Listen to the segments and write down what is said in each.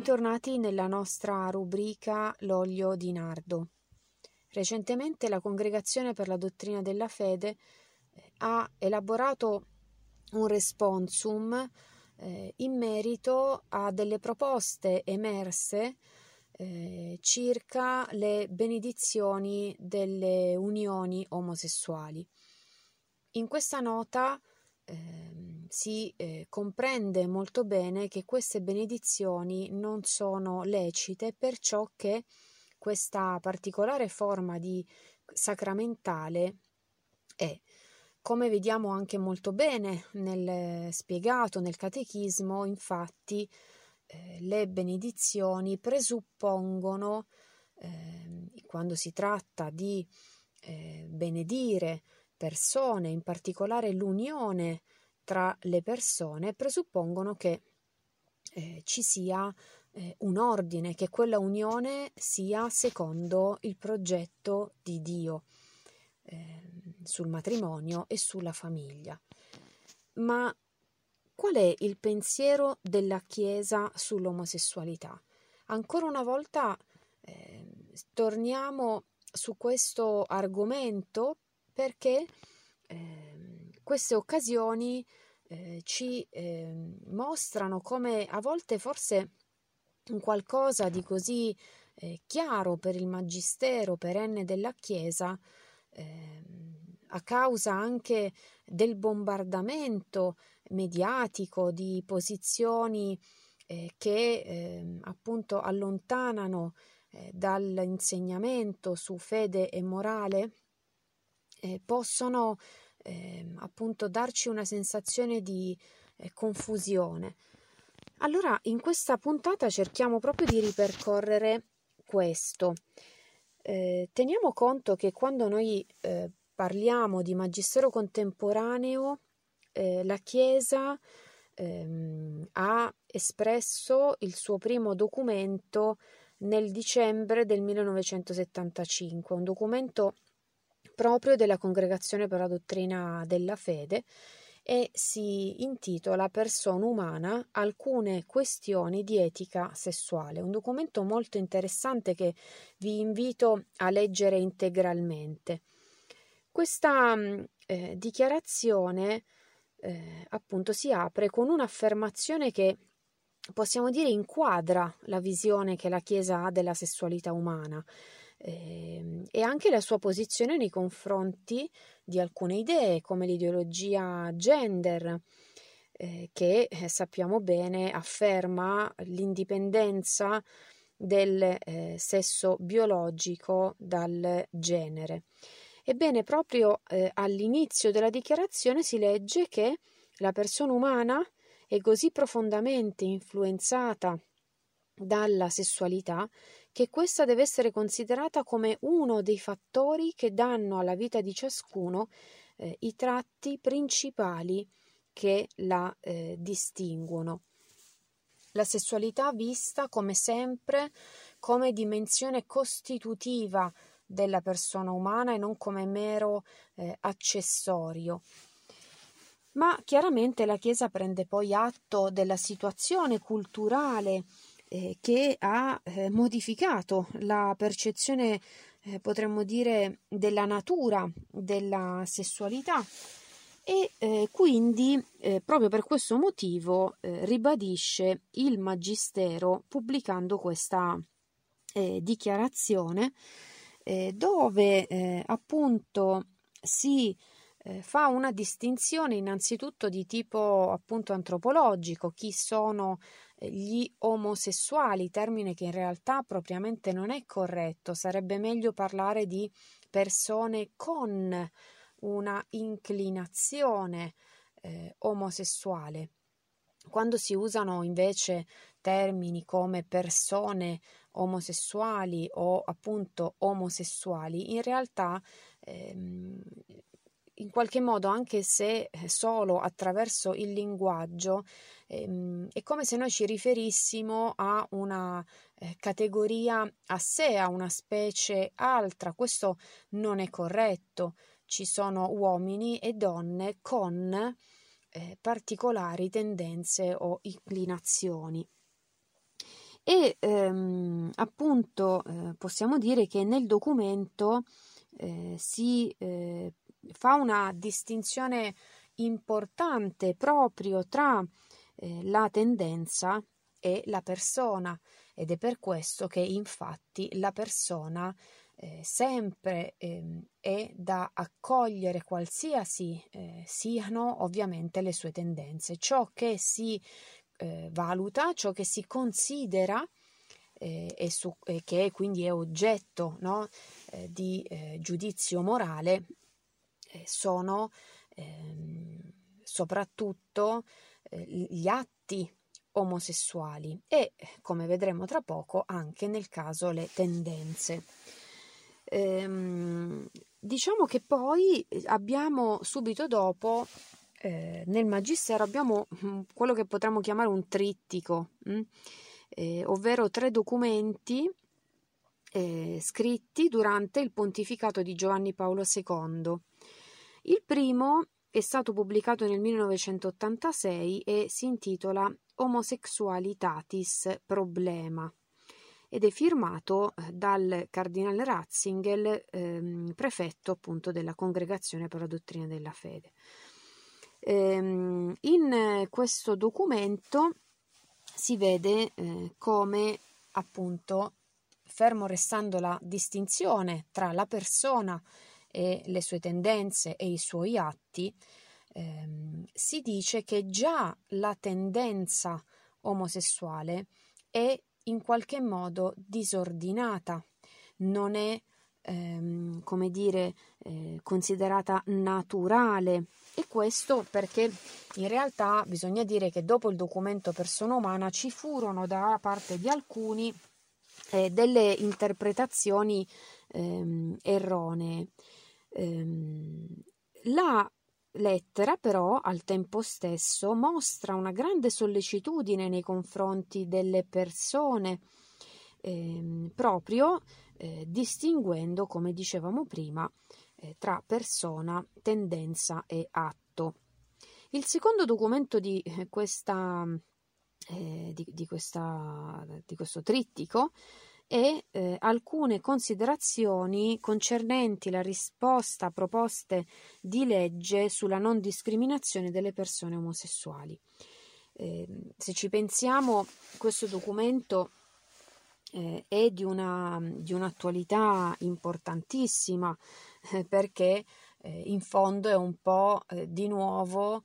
Bentornati nella nostra rubrica L'olio di nardo. Recentemente la Congregazione per la Dottrina della Fede ha elaborato un responsum in merito a delle proposte emerse circa le benedizioni delle unioni omosessuali. In questa nota si comprende molto bene che queste benedizioni non sono lecite, perciò che questa particolare forma di sacramentale è, come vediamo anche molto bene spiegato nel Catechismo, infatti le benedizioni presuppongono, quando si tratta di benedire persone, in particolare l'unione tra le persone, presuppongono che ci sia un ordine, che quella unione sia secondo il progetto di Dio sul matrimonio e sulla famiglia. Ma qual è il pensiero della Chiesa sull'omosessualità? Ancora una volta torniamo su questo argomento perché queste occasioni ci mostrano come a volte forse un qualcosa di così chiaro per il magistero perenne della Chiesa, a causa anche del bombardamento mediatico di posizioni che appunto allontanano dall'insegnamento su fede e morale, possono appunto darci una sensazione di confusione. Allora, in questa puntata cerchiamo proprio di ripercorrere questo. Teniamo conto che quando noi parliamo di magistero contemporaneo, la Chiesa ha espresso il suo primo documento nel dicembre del 1975, un documento proprio della Congregazione per la Dottrina della Fede, e si intitola Persona umana, alcune questioni di etica sessuale. Un documento molto interessante che vi invito a leggere integralmente. Questa dichiarazione appunto si apre con un'affermazione che possiamo dire inquadra la visione che la Chiesa ha della sessualità umana e anche la sua posizione nei confronti di alcune idee come l'ideologia gender, che sappiamo bene afferma l'indipendenza del sesso biologico dal genere. Ebbene, proprio all'inizio della dichiarazione si legge che la persona umana è così profondamente influenzata dalla sessualità che questa deve essere considerata come uno dei fattori che danno alla vita di ciascuno i tratti principali che la distinguono. La sessualità vista come sempre come dimensione costitutiva della persona umana e non come mero accessorio. Ma chiaramente la Chiesa prende poi atto della situazione culturale che ha modificato la percezione, potremmo dire, della natura della sessualità e quindi proprio per questo motivo ribadisce il Magistero pubblicando questa dichiarazione dove appunto si fa una distinzione innanzitutto di tipo appunto antropologico, chi sono gli omosessuali, termine che in realtà propriamente non è corretto, sarebbe meglio parlare di persone con una inclinazione omosessuale. Quando si usano invece termini come persone omosessuali o appunto omosessuali, in realtà in qualche modo, anche se solo attraverso il linguaggio, è come se noi ci riferissimo a una categoria a sé, a una specie altra. Questo non è corretto. Ci sono uomini e donne con particolari tendenze o inclinazioni. E appunto possiamo dire che nel documento si fa una distinzione importante proprio tra la tendenza e la persona, ed è per questo che infatti la persona sempre è da accogliere qualsiasi siano ovviamente le sue tendenze. Ciò che si valuta, ciò che si considera e che quindi è oggetto, no, di giudizio morale sono soprattutto gli atti omosessuali e, come vedremo tra poco, anche nel caso le tendenze. Diciamo che poi abbiamo subito dopo nel Magistero abbiamo quello che potremmo chiamare un trittico, ovvero 3 documenti scritti durante il pontificato di Giovanni Paolo II. Il primo è stato pubblicato nel 1986 e si intitola Homosexualitatis Problema ed è firmato dal cardinale Ratzinger, prefetto appunto della Congregazione per la Dottrina della Fede. In questo documento si vede come appunto, fermo restando la distinzione tra la persona e le sue tendenze e i suoi atti, si dice che già la tendenza omosessuale è in qualche modo disordinata, non è come dire considerata naturale, e questo perché in realtà bisogna dire che dopo il documento Persona Umana ci furono da parte di alcuni delle interpretazioni erronee. La lettera però al tempo stesso mostra una grande sollecitudine nei confronti delle persone, proprio distinguendo, come dicevamo prima, tra persona, tendenza e atto. Il secondo documento di questo trittico e alcune considerazioni concernenti la risposta a proposte di legge sulla non discriminazione delle persone omosessuali. Se ci pensiamo, questo documento è di un'attualità importantissima, perché in fondo è un po' di nuovo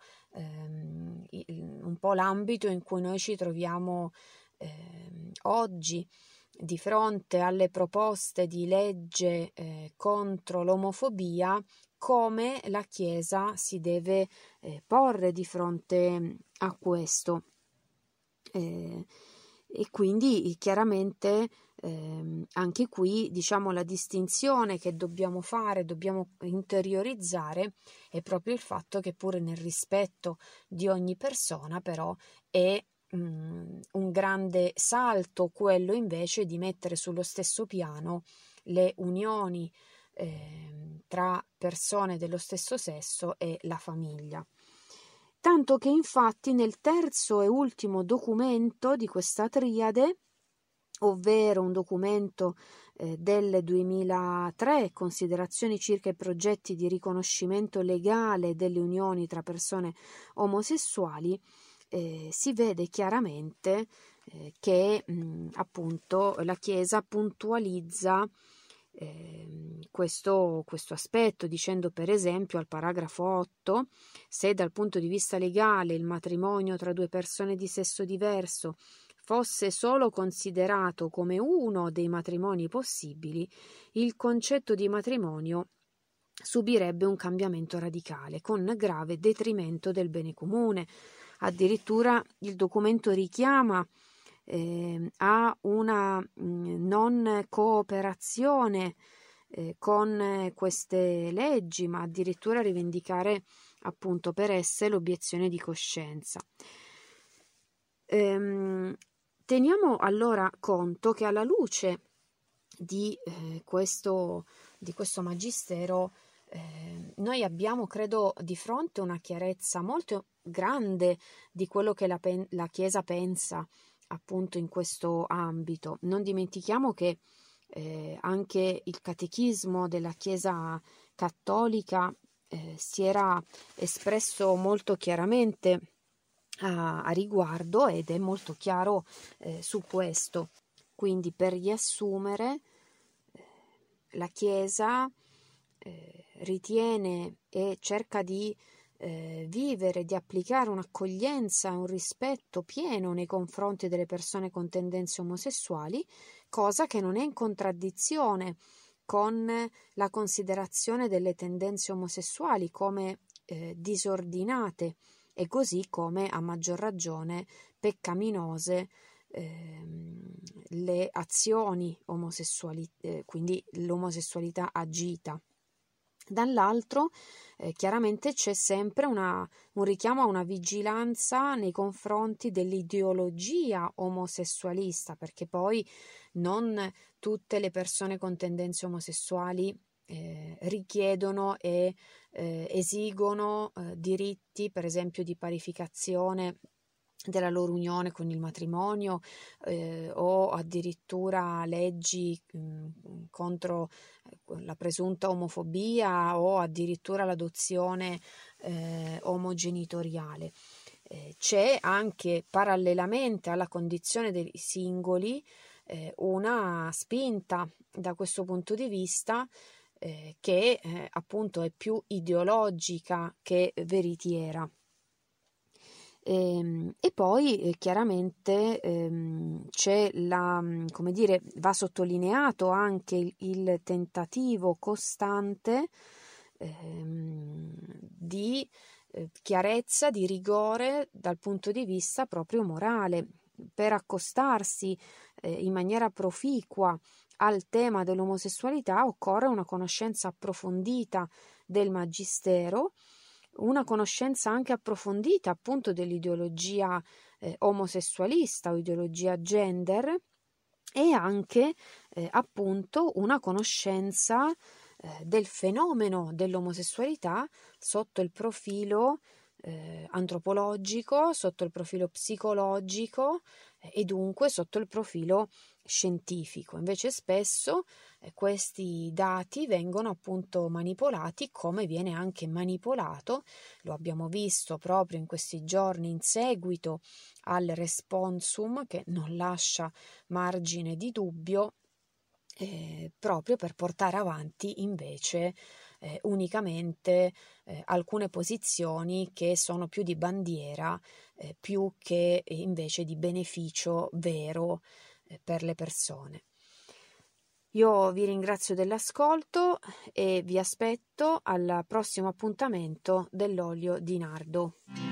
un po' l'ambito in cui noi ci troviamo oggi, di fronte alle proposte di legge contro l'omofobia, come la Chiesa si deve porre di fronte a questo. E quindi chiaramente anche qui, diciamo, la distinzione che dobbiamo fare, dobbiamo interiorizzare, è proprio il fatto che pure nel rispetto di ogni persona però è un grande salto quello invece di mettere sullo stesso piano le unioni tra persone dello stesso sesso e la famiglia. Tanto che infatti nel terzo e ultimo documento di questa triade, ovvero un documento del 2003, considerazioni circa i progetti di riconoscimento legale delle unioni tra persone omosessuali, si vede chiaramente che appunto la Chiesa puntualizza questo aspetto, dicendo per esempio al paragrafo 8: se dal punto di vista legale il matrimonio tra due persone di sesso diverso fosse solo considerato come uno dei matrimoni possibili, il concetto di matrimonio subirebbe un cambiamento radicale, con grave detrimento del bene comune. Addirittura il documento richiama a una non cooperazione con queste leggi, ma addirittura rivendicare appunto per esse l'obiezione di coscienza. Teniamo allora conto che alla luce di questo magistero noi abbiamo, credo, di fronte una chiarezza molto grande di quello che la Chiesa pensa appunto in questo ambito. Non dimentichiamo che anche il catechismo della Chiesa cattolica si era espresso molto chiaramente a riguardo, ed è molto chiaro su questo. Quindi, per riassumere, la Chiesa ritiene e cerca di vivere, di applicare un'accoglienza, un rispetto pieno nei confronti delle persone con tendenze omosessuali, cosa che non è in contraddizione con la considerazione delle tendenze omosessuali come disordinate, e così come, a maggior ragione, peccaminose le azioni omosessuali, quindi l'omosessualità agita. Dall'altro, chiaramente c'è sempre un richiamo a una vigilanza nei confronti dell'ideologia omosessualista, perché poi non tutte le persone con tendenze omosessuali richiedono e esigono diritti, per esempio, di parificazione della loro unione con il matrimonio, o addirittura leggi contro la presunta omofobia, o addirittura l'adozione omogenitoriale. C'è anche, parallelamente alla condizione dei singoli, una spinta da questo punto di vista che appunto è più ideologica che veritiera. E poi chiaramente c'è come dire, va sottolineato anche il tentativo costante di chiarezza, di rigore dal punto di vista proprio morale, per accostarsi in maniera proficua al tema dell'omosessualità occorre una conoscenza approfondita del magistero, una conoscenza anche approfondita appunto dell'ideologia omosessualista o ideologia gender, e anche appunto una conoscenza del fenomeno dell'omosessualità sotto il profilo antropologico, sotto il profilo psicologico e dunque sotto il profilo scientifico. Invece spesso questi dati vengono appunto manipolati, come viene anche manipolato, lo abbiamo visto proprio in questi giorni in seguito al responsum, che non lascia margine di dubbio, proprio per portare avanti invece unicamente alcune posizioni che sono più di bandiera, più che invece di beneficio vero per le persone. Io vi ringrazio dell'ascolto e vi aspetto al prossimo appuntamento dell'olio di nardo.